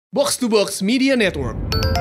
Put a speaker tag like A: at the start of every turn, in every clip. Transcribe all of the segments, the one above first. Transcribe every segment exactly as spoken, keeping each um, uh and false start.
A: Box to Box Media Network.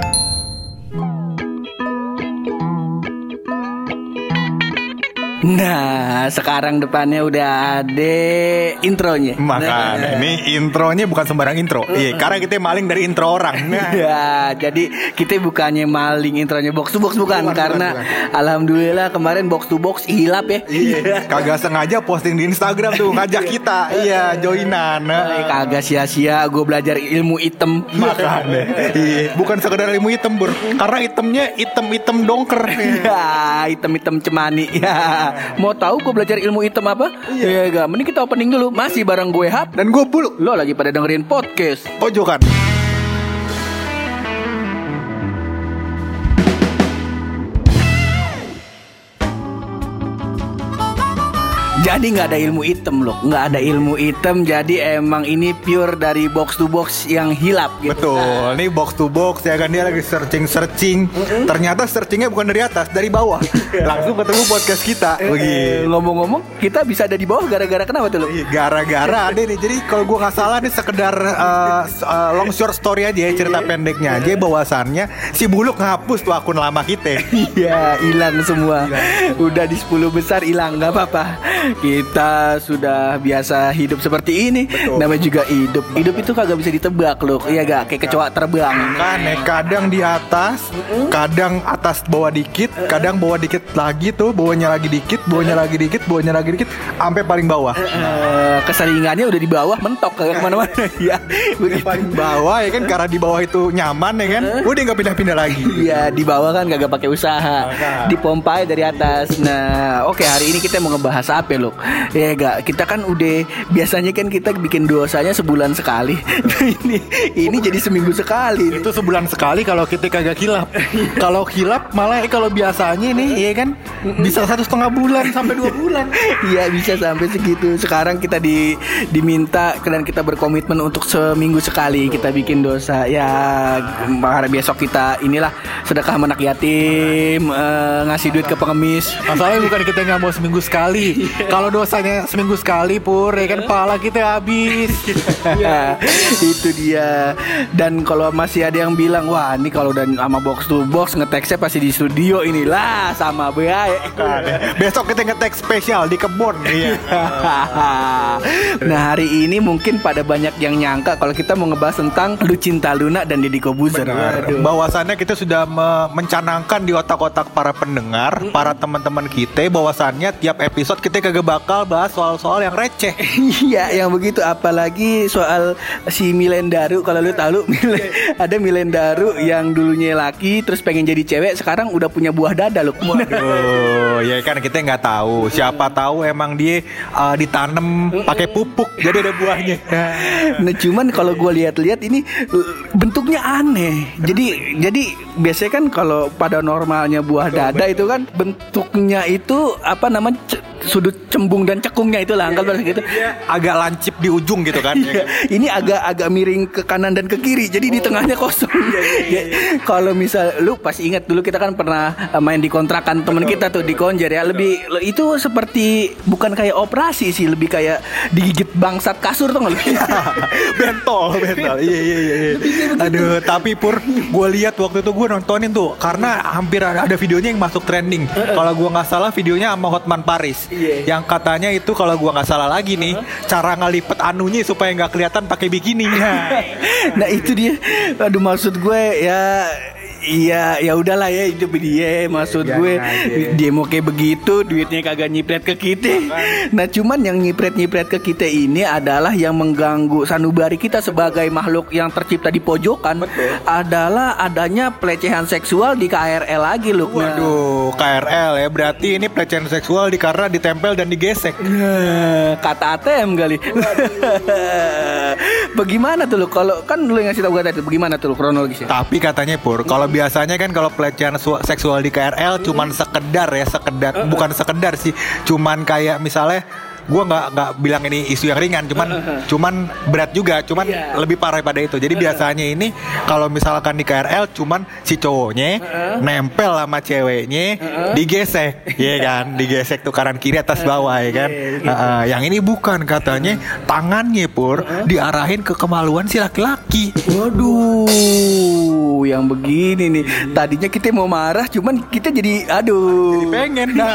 B: Nah, sekarang depannya udah ada intronya.
C: Makanya nah, ini intronya bukan sembarang intro. Iya, karena kita maling dari intro orang. Nah.
B: Ya, jadi kita bukannya maling intronya box to box bukan, bukan karena bukan, bukan. Alhamdulillah kemarin box to box hilap ya.
C: Iya. Kagak sengaja posting di Instagram tuh ngajak kita. Iya, joinan.
B: Nah, kagak sia-sia gue belajar ilmu item.
C: Makanya. Iya, bukan sekedar ilmu item, Bur. Karena itemnya item-item dongker.
B: Ya, item-item cemani. Ya. Mau tahu gue belajar ilmu hitam apa? Iya, ya, gak. Mending kita opening dulu. Masih bareng gue Hap
C: dan gue Buluk.
B: Lo lagi pada dengerin podcast
C: Pojokan.
B: Jadi gak ada ilmu item loh. Gak ada ilmu item. Jadi emang ini pure dari box to box yang hilap gitu.
C: Betul. Ini box to box ya kan. Dia lagi searching-searching. Mm-hmm. Ternyata searchingnya bukan dari atas, dari bawah. Langsung ketemu podcast kita.
B: eh, Ngomong-ngomong, kita bisa ada di bawah gara-gara kenapa tuh lo?
C: Gara-gara ada nih. Jadi kalau gue gak salah nih sekedar uh, uh, long short story aja ya. Cerita pendeknya aja. Bahwasannya si Buluk ngapus tuh akun lama kita.
B: Iya, hilang semua. Ilang. Udah di sepuluh besar hilang. Gak apa-apa. Kita sudah biasa hidup seperti ini. Betul. Namanya juga hidup. Hidup itu kagak bisa ditebak loh. Iya gak? Kayak kecoa terbang.
C: Kan kadang di atas, kadang atas bawah dikit, kadang bawah dikit lagi tuh, bawahnya lagi dikit, bawahnya lagi dikit, bawahnya lagi dikit, sampai paling bawah.
B: Uh, keselingannya udah di bawah, mentok kagak kemana-mana. Ya,
C: paling bawah ya kan, karena di bawah itu nyaman ya kan. Udah nggak pindah-pindah lagi.
B: Iya, di bawah kan kagak pakai usaha. Dipompai dari atas. Nah, oke, hari ini kita mau ngebahas apa loh? Ya gak, kita kan udah biasanya kan kita bikin dosanya sebulan sekali. ini ini jadi seminggu sekali.
C: Itu sebulan sekali kalau kita kagak hilap. Kalau hilap malah eh, kalau biasanya nih ya kan bisa satu setengah bulan sampai dua bulan.
B: Iya bisa sampai segitu. Sekarang kita di diminta dan kita berkomitmen untuk seminggu sekali kita bikin dosa. Ya besok kita inilah sedekah anak yatim, uh, ngasih duit ke pengemis.
C: Masalahnya bukan kita nggak mau seminggu sekali. Kalau dosanya seminggu sekali pur, ya kan pahala kita habis.
B: Ya, itu dia. Dan kalau masih ada yang bilang, wah ini kalau udah sama box to box ngeteksnya pasti di studio inilah sama baik.
C: Besok kita ngetek spesial di kebun.
B: Nah hari ini mungkin pada banyak yang nyangka kalau kita mau ngebahas tentang Lucinta Luna dan Deddy Corbuzier.
C: Bahwasannya kita sudah me- mencanangkan di otak-otak para pendengar, mm-hmm. para teman-teman kita, bahwasannya tiap episode kita kagak bakal bahas soal-soal yang receh.
B: Iya, yang begitu. Apalagi soal si Milendaru. Kalau lu tahu, ada Milendaru yang dulunya laki terus pengen jadi cewek, sekarang udah punya buah dada loh.
C: Waduh, ya kan kita nggak tahu. Siapa tahu emang dia uh, ditanam pakai pupuk, jadi ada buahnya.
B: Nah, cuman kalau gue lihat-lihat ini bentuknya aneh. Jadi, jadi biasanya kan kalau pada normalnya buah dada itu kan bentuknya itu apa namanya? Sudut cembung dan cekungnya itu lah, angkat gitu.
C: Agak lancip di ujung gitu kan.
B: Ya. Ini agak agak miring ke kanan dan ke kiri. Jadi oh. di tengahnya kosong. Iya, iya, iya. Kalau misal lu pasti ingat dulu kita kan pernah main di kontrakan teman kita tuh di Konjer ya. Lebih itu seperti bukan kayak operasi sih, lebih kayak digigit bangsat kasur tuh enggak lu?
C: Bentol, bentol. Iya iya iya. Aduh, tapi pur gue lihat waktu itu gue nontonin tuh karena hampir ada videonya yang masuk trending. Kalau gue enggak salah videonya sama Hotman Paris. Yeah. Yang katanya itu kalau gua nggak salah lagi nih, uh-huh. cara ngelipet anunya supaya nggak kelihatan pakai bikini.
B: Nah itu dia. Aduh maksud gue ya. Iya, ya udahlah ya hidup dia. Maksud ya, gue aja. Dia mau kayak begitu, duitnya kagak nyipret ke kita. Nah, cuman yang nyipret-nyipret ke kita ini adalah yang mengganggu sanubari kita sebagai makhluk yang tercipta di pojokan. Betul. Adalah adanya pelecehan seksual di K R L lagi loh.
C: Waduh, K R L ya. Berarti ini pelecehan seksual di karena ditempel dan digesek.
B: Nah, kata A T M kali. Bagaimana tuh lo? Kalau kan lu yang ngasih tahu gue tadi, bagaimana tuh lo kronologisnya?
C: Tapi katanya pur, kalau biasanya kan kalau pelecehan su- seksual di K R L cuman sekedar ya, sekedar uh-uh. bukan sekedar sih, cuman kayak misalnya gue nggak nggak bilang ini isu yang ringan, cuman uh-huh. cuman berat juga, cuman yeah. lebih parah pada itu. Jadi uh-huh. biasanya ini kalau misalkan di K R L cuman si cowoknya uh-huh. nempel sama ceweknya uh-huh. digesek, ya kan, digesek tuh kanan kiri atas bawah ya kan. Yeah, gitu. uh, yang ini bukan katanya uh-huh. tangannya pur uh-huh. diarahin ke kemaluan si laki-laki.
B: Waduh, yang begini nih. Tadinya kita mau marah, cuman kita jadi aduh.
C: Jadi pengen. Nah.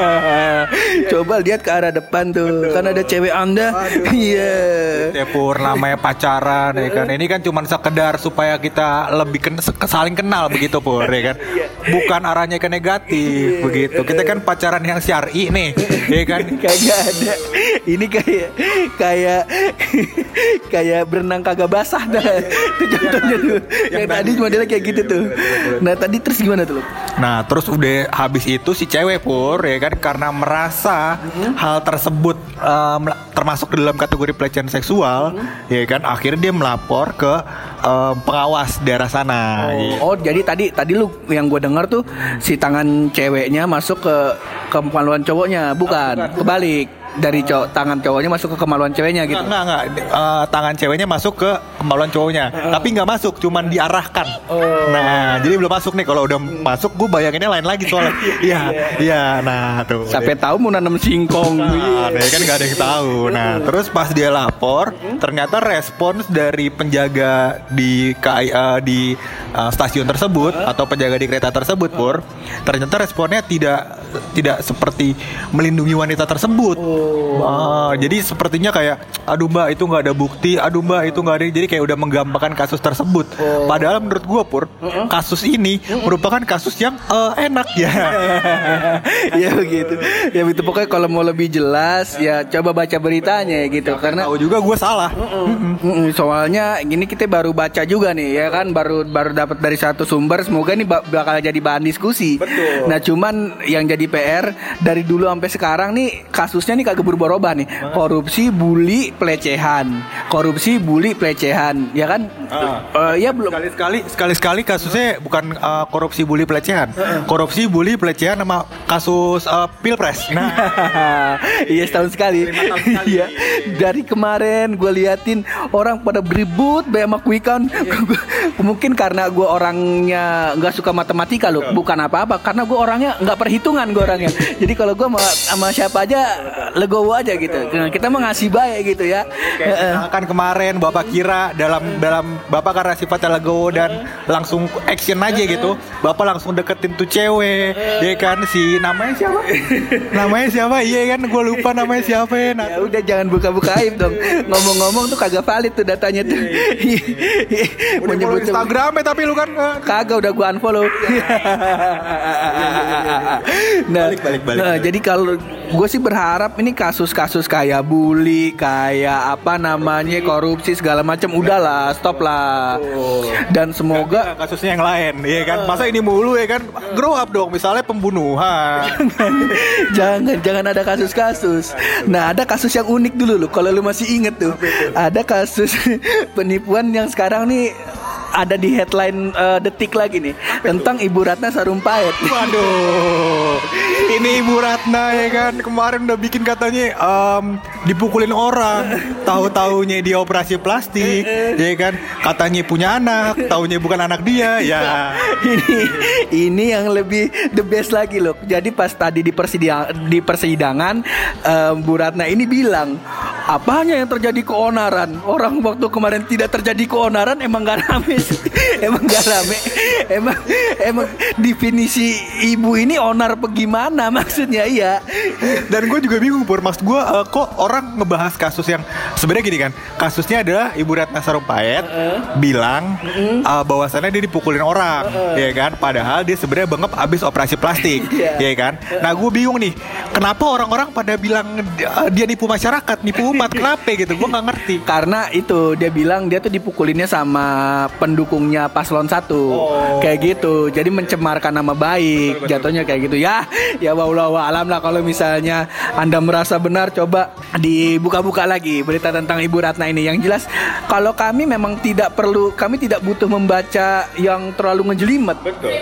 B: Coba lihat ke arah depan tuh. Betul. Kan ada cewek Anda. Iya.
C: Ya pur, namanya pacaran ya kan. Ini kan cuma sekedar supaya kita lebih ken- saling kenal begitu pur ya kan. Bukan arahnya ke negatif begitu. Kita kan pacaran yang syar'i nih, ya kan.
B: Kagak ada. Ini kayak kayak kayak berenang kagak basah dah. Itu contohnya tuh. Yang tadi modelnya kayak gitu tuh. Nah, tadi terus gimana tuh, Lu?
C: Nah, terus udah habis itu si cewek pur ya kan, karena merasa mm-hmm. hal tersebut um, termasuk dalam kategori pelecehan seksual, mm-hmm. ya kan, akhirnya dia melapor ke um, pengawas daerah sana.
B: Oh,
C: gitu.
B: oh, jadi tadi tadi lu yang gue dengar tuh si tangan ceweknya masuk ke kemaluan cowoknya, bukan, bukan kebalik. Dari cowok, tangan cowoknya masuk ke kemaluan ceweknya gitu.
C: Enggak, enggak, enggak. Uh, tangan ceweknya masuk ke kemaluan cowoknya. Uh. Tapi enggak masuk, cuman diarahkan. Oh. Nah, jadi belum masuk nih. Kalau udah hmm. masuk, gue bayanginnya lain lagi soalnya. Iya, iya. Nah, tuh.
B: Sampai tahu mau nanam singkong.
C: Nah, ya kan enggak ada yang tahu. Nah, terus pas dia lapor, ternyata respons dari penjaga di K I A di uh, stasiun tersebut uh. atau penjaga di kereta tersebut, Pur, ternyata responnya tidak tidak seperti melindungi wanita tersebut. Oh. Ah, jadi sepertinya kayak, aduh mbak itu nggak ada bukti, aduh mbak itu nggak ada, jadi kayak udah menggampangkan kasus tersebut. Oh. Padahal menurut gue pur, uh-uh. kasus ini uh-uh. merupakan kasus yang uh, enak ya.
B: Ya begitu, ya begitu. Pokoknya kalau mau lebih jelas ya coba baca beritanya gitu. Ya, karena
C: tahu juga gue salah.
B: Uh-uh. Uh-uh. Soalnya gini kita baru baca juga nih ya kan, baru baru dapat dari satu sumber. Semoga ini bakal jadi bahan diskusi. Betul. Nah cuman yang jadi P R dari dulu sampai sekarang nih kasusnya nih kagak berubah-ubah nih. Korupsi, bully, pelecehan. Korupsi, bully, pelecehan. Ya kan? Uh, uh, ya belum.
C: Sekali-sekali, sekali-sekali kasusnya bukan uh, korupsi, bully, pelecehan. Uh, korupsi, bully, pelecehan sama kasus uh, pilpres.
B: Nah, iya setahun sekali. Iya. Dari kemarin gue liatin orang pada beribut sama quick count. Mungkin karena gue orangnya nggak suka matematika loh. Bukan apa-apa. Karena gue orangnya nggak perhitungan gue orangnya. Jadi kalau gue sama, sama siapa aja legowo aja gitu. Nah, kita mah ngasih baik gitu ya.
C: Oke, misalkan kemarin Bapak kira dalam dalam Bapak karena sifatnya legowo dan langsung action aja gitu. Bapak langsung deketin tuh cewek, ya kan, si namanya siapa? Namanya siapa? Iya kan, gue lupa namanya siapa ya. Nah,
B: ya udah jangan buka-buka aib dong. Ngomong-ngomong tuh kagak valid tuh datanya tuh.
C: Udah follow Instagramnya tapi lu kan
B: kagak, udah gue unfollow. Nah,
C: balik balik balik.
B: Nah, jadi kalau gue sih berharap ini kasus-kasus kayak bully, kayak apa namanya korupsi segala macam udahlah, stop lah. Oh. Dan semoga
C: kasusnya yang lain, ya kan. Masa ini mulu ya kan? Grow up dong, misalnya pembunuhan.
B: jangan jangan ada kasus-kasus. Nah, ada kasus yang unik dulu loh. Kalau lu masih inget tuh, ada kasus penipuan yang sekarang nih ada di headline uh, Detik lagi nih. Apa tentang itu? Ibu Ratna Sarumpait.
C: Waduh, ini Ibu Ratna ya kan, kemarin udah bikin katanya um, dipukulin orang, tahu-taunya dia operasi plastik, ya kan, katanya punya anak, taunya bukan anak dia, ya.
B: Ini ini yang lebih the best lagi loh. Jadi pas tadi di persidangan, di persidangan um, Bu Ratna ini bilang, apanya yang terjadi keonaran? Orang waktu kemarin tidak terjadi keonaran, emang gak rame. Emang gak rame. Emang emang definisi ibu ini onar apa gimana maksudnya, iya.
C: Dan gue juga bingung Pur, maksud gue uh, kok orang ngebahas kasus yang sebenarnya gini kan, kasusnya adalah Ibu Ratna Sarumpait uh-uh. bilang uh-uh. uh, bahwasannya dia dipukulin orang, uh-uh. ya kan, padahal dia sebenarnya bengep abis operasi plastik, yeah. ya kan. Nah gue bingung nih, kenapa orang-orang pada bilang uh, dia nipu masyarakat, nipu umat, kenapa gitu? Gue nggak ngerti.
B: Karena itu dia bilang dia tuh dipukulinnya sama pendukungnya paslon satu, oh. kayak gitu. Jadi mencemarkan nama baik, betul, betul. Jatuhnya kayak gitu ya. Ya wallahu alam lah, kalau misalnya Anda merasa benar, coba dibuka-buka lagi berita tentang Ibu Ratna ini. Yang jelas kalau kami memang tidak perlu, kami tidak butuh membaca yang terlalu ngejelimet. Betul.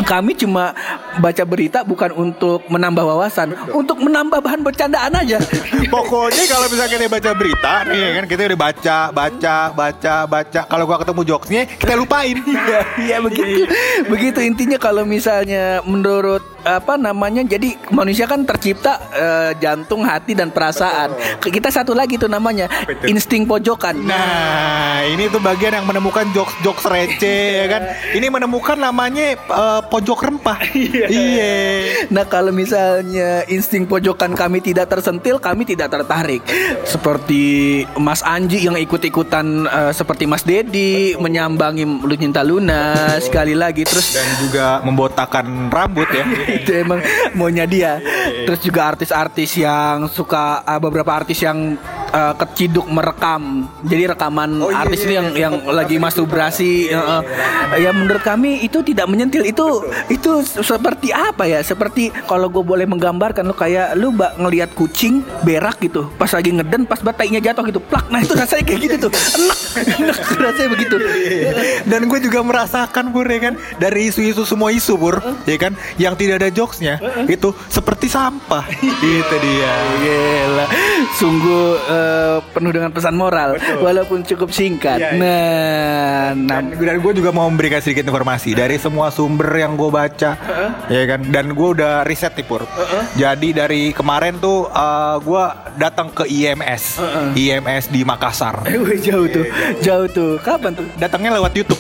B: Kami cuma baca berita bukan untuk menambah wawasan, betul, untuk menambah bahan bercandaan aja.
C: Pokoknya kalau misalnya kita baca berita nih kan, kita udah baca, baca, baca, baca. Kalau gua ketemu jokesnya, kita lupain.
B: Iya begitu. Begitu intinya kalau misalnya menurut apa namanya, jadi manusia kan tercipta uh, jantung, hati dan perasaan. Betul. Kita satu lagi tuh namanya insting pojokan.
C: Nah, ini tuh bagian yang menemukan jokes-jokes receh ya kan. Ini menemukan namanya uh, pojok rempah. Iya.
B: Nah, kalau misalnya insting pojokan kami tidak tersentil, kami tidak tertarik. Seperti Mas Anji yang ikut-ikutan uh, seperti Mas Dedi menyambangi Lu Cinta Luna sekali lagi, terus
C: dan juga membotakan rambut ya.
B: Itu emang maunya dia. Terus juga artis-artis yang suka uh, beberapa artis yang uh, keciduk merekam. Jadi rekaman oh, iya, artis itu iya, yang iya. yang lagi masturbasi. Uh, uh, ya menurut kami itu tidak menyentil. Itu itu seperti apa ya? Seperti kalau gue boleh menggambarkan, lo kayak lu bak ngelihat kucing berak gitu, pas lagi ngeden, pas batainya jatuh gitu, plak. Nah itu rasanya kayak gitu tuh. Enak, enak rasanya begitu.
C: Dan gue juga merasakan Pur ya kan, dari isu-isu semua isu Pur, ya kan, yang tidak ada jokesnya uh-uh. itu seperti sampah. Itu dia.
B: Gila. Sungguh uh, penuh dengan pesan moral. Betul. Walaupun cukup singkat. Ya, nah,
C: nah, dan, dan gue juga mau memberikan sedikit informasi dari semua sumber yang gue baca, uh-uh. ya kan. Dan gue udah riset nih Pur. Uh-uh. Jadi dari kemarin tuh uh, gue datang ke I M S, uh-uh. I M S di Makassar.
B: Eh, jauh tuh, jauh tuh. Kapan tuh?
C: Datangnya lewat YouTube.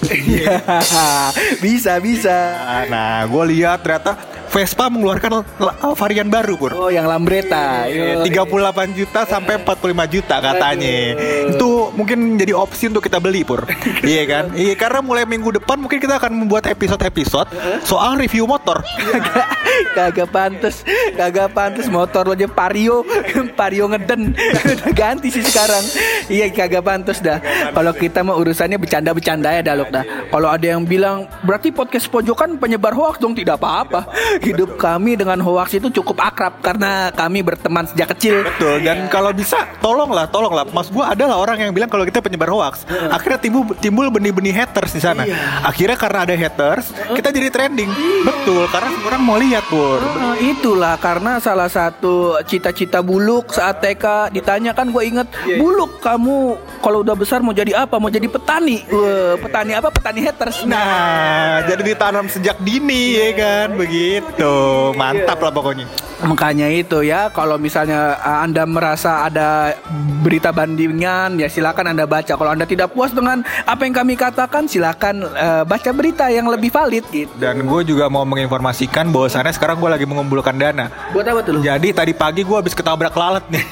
B: Bisa, bisa.
C: Nah, gue lihat ternyata Vespa mengeluarkan varian baru Pur.
B: Oh, yang Lambretta.
C: tiga puluh delapan juta sampai empat puluh lima juta katanya. Itu mungkin jadi opsi untuk kita beli Pur. Iya kan? Iya, karena mulai minggu depan mungkin kita akan membuat episode-episode soal review motor.
B: Kagak, kagak pantes, kagak pantes motor aja Vario, Vario ngeden. Udah ganti sih sekarang. Iya, kagak pantes dah. Kalau kita mah urusannya bercanda-bercanda ya dah, dah. Kalau ada yang bilang berarti podcast pojokan penyebar hoax dong, tidak apa-apa. Hidup kami dengan hoax itu cukup akrab karena kami berteman sejak kecil.
C: Betul. Dan kalau bisa tolonglah, tolonglah. Mas gua adalah orang yang bilang kalau kita penyebar hoax. Uh. Akhirnya timbul timbul benih-benih haters di sana. Iya. Akhirnya karena ada haters, uh. kita jadi trending. Iya. Betul. Karena orang mau lihat Pur.
B: Uh, itulah karena salah satu cita-cita Buluk saat T K ditanyakan, gue inget, yeah. Buluk kamu kalau udah besar mau jadi apa? Mau jadi petani. Uh, petani apa? Petani haters.
C: Nah, nah, jadi ditanam sejak dini ya kan, begitu. Tuh, mantap lah pokoknya.
B: Makanya itu ya, kalau misalnya Anda merasa ada berita bandingan, ya silakan Anda baca. Kalau Anda tidak puas dengan apa yang kami katakan, silakan uh, baca berita yang lebih valid gitu.
C: Dan gue juga mau menginformasikan bahwasannya sekarang gue lagi mengumpulkan dana.
B: Buat apa tuh?
C: Jadi tadi pagi gue habis ketabrak lalat nih.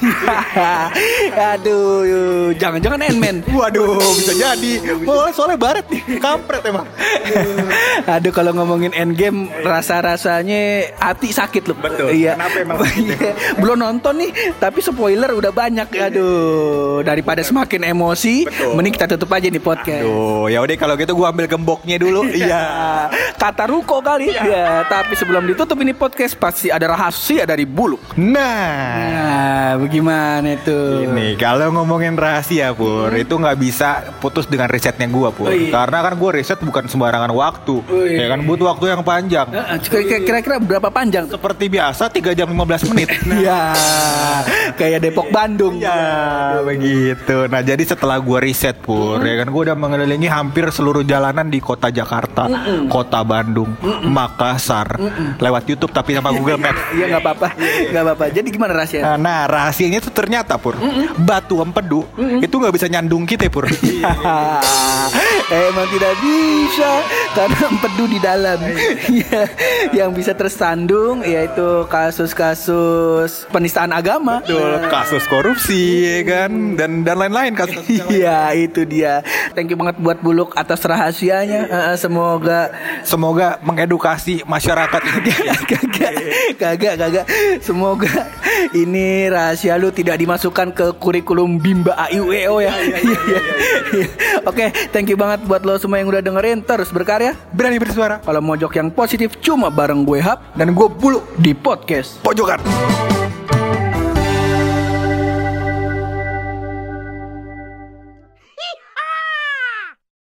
B: Aduh, jangan-jangan Ant-Man.
C: Waduh, bisa jadi. Oh, soalnya baret nih, kampret emang.
B: Aduh, kalau ngomongin Endgame, rasa-rasanya hati sakit loh.
C: Betul.
B: Iya.
C: Kenapa emang?
B: Belum nonton nih, tapi spoiler udah banyak. Aduh, daripada semakin emosi, betul, mending kita tutup aja nih podcast.
C: Aduh, ya udah kalau gitu gua ambil gemboknya dulu. Iya.
B: Kata Ruko kali. Ya. Ya, tapi sebelum ditutup ini podcast pasti ada rahasia dari Buluk.
C: Nah,
B: nah bagaimana itu?
C: Ini kalau ngomongin rahasia Pur, hmm. itu nggak bisa putus dengan risetnya gua Pur. Oh, iya. Karena kan gua riset bukan sembarangan waktu. Oh, iya. Ya kan butuh waktu yang panjang.
B: Uh, kira-kira berapa panjang?
C: Seperti biasa tiga jam lima belas menit.
B: Iya. Kayak Depok Bandung.
C: Ya, begitu. Nah, jadi setelah gua riset Pur, mm-hmm. ya kan gua udah mengelilingi hampir seluruh jalanan di kota Jakarta, mm-hmm. kota Bandung, mm-hmm. Makassar, mm-hmm. lewat YouTube tapi sama Google Maps.
B: Iya, enggak apa-apa. Enggak apa-apa. Jadi gimana rahasianya?
C: Nah, rahasianya tuh ternyata Pur, mm-hmm. batu empedu mm-hmm. itu enggak bisa nyandung kita Pur.
B: Emang tidak bisa karena empedu di dalam. Yang bisa tersandung yaitu kasus-kasus penistaan agama.
C: Betul, kasus korupsi ya kan, dan dan lain-lain kasus.
B: Iya, itu dia. Thank you banget buat Buluk atas rahasianya. Uh, semoga
C: semoga mengedukasi masyarakat.
B: Kagak, kagak, kagak. Semoga ini rahasia lu tidak dimasukkan ke kurikulum Bimba A I U E O ya. Oke, thank you banget buat lo semua yang udah dengerin. Terus berkarya,
C: berani bersuara.
B: Kalau mojok yang positif cuma bareng gue Hap
C: dan gue Buluk
B: di podcast
C: Pojokan.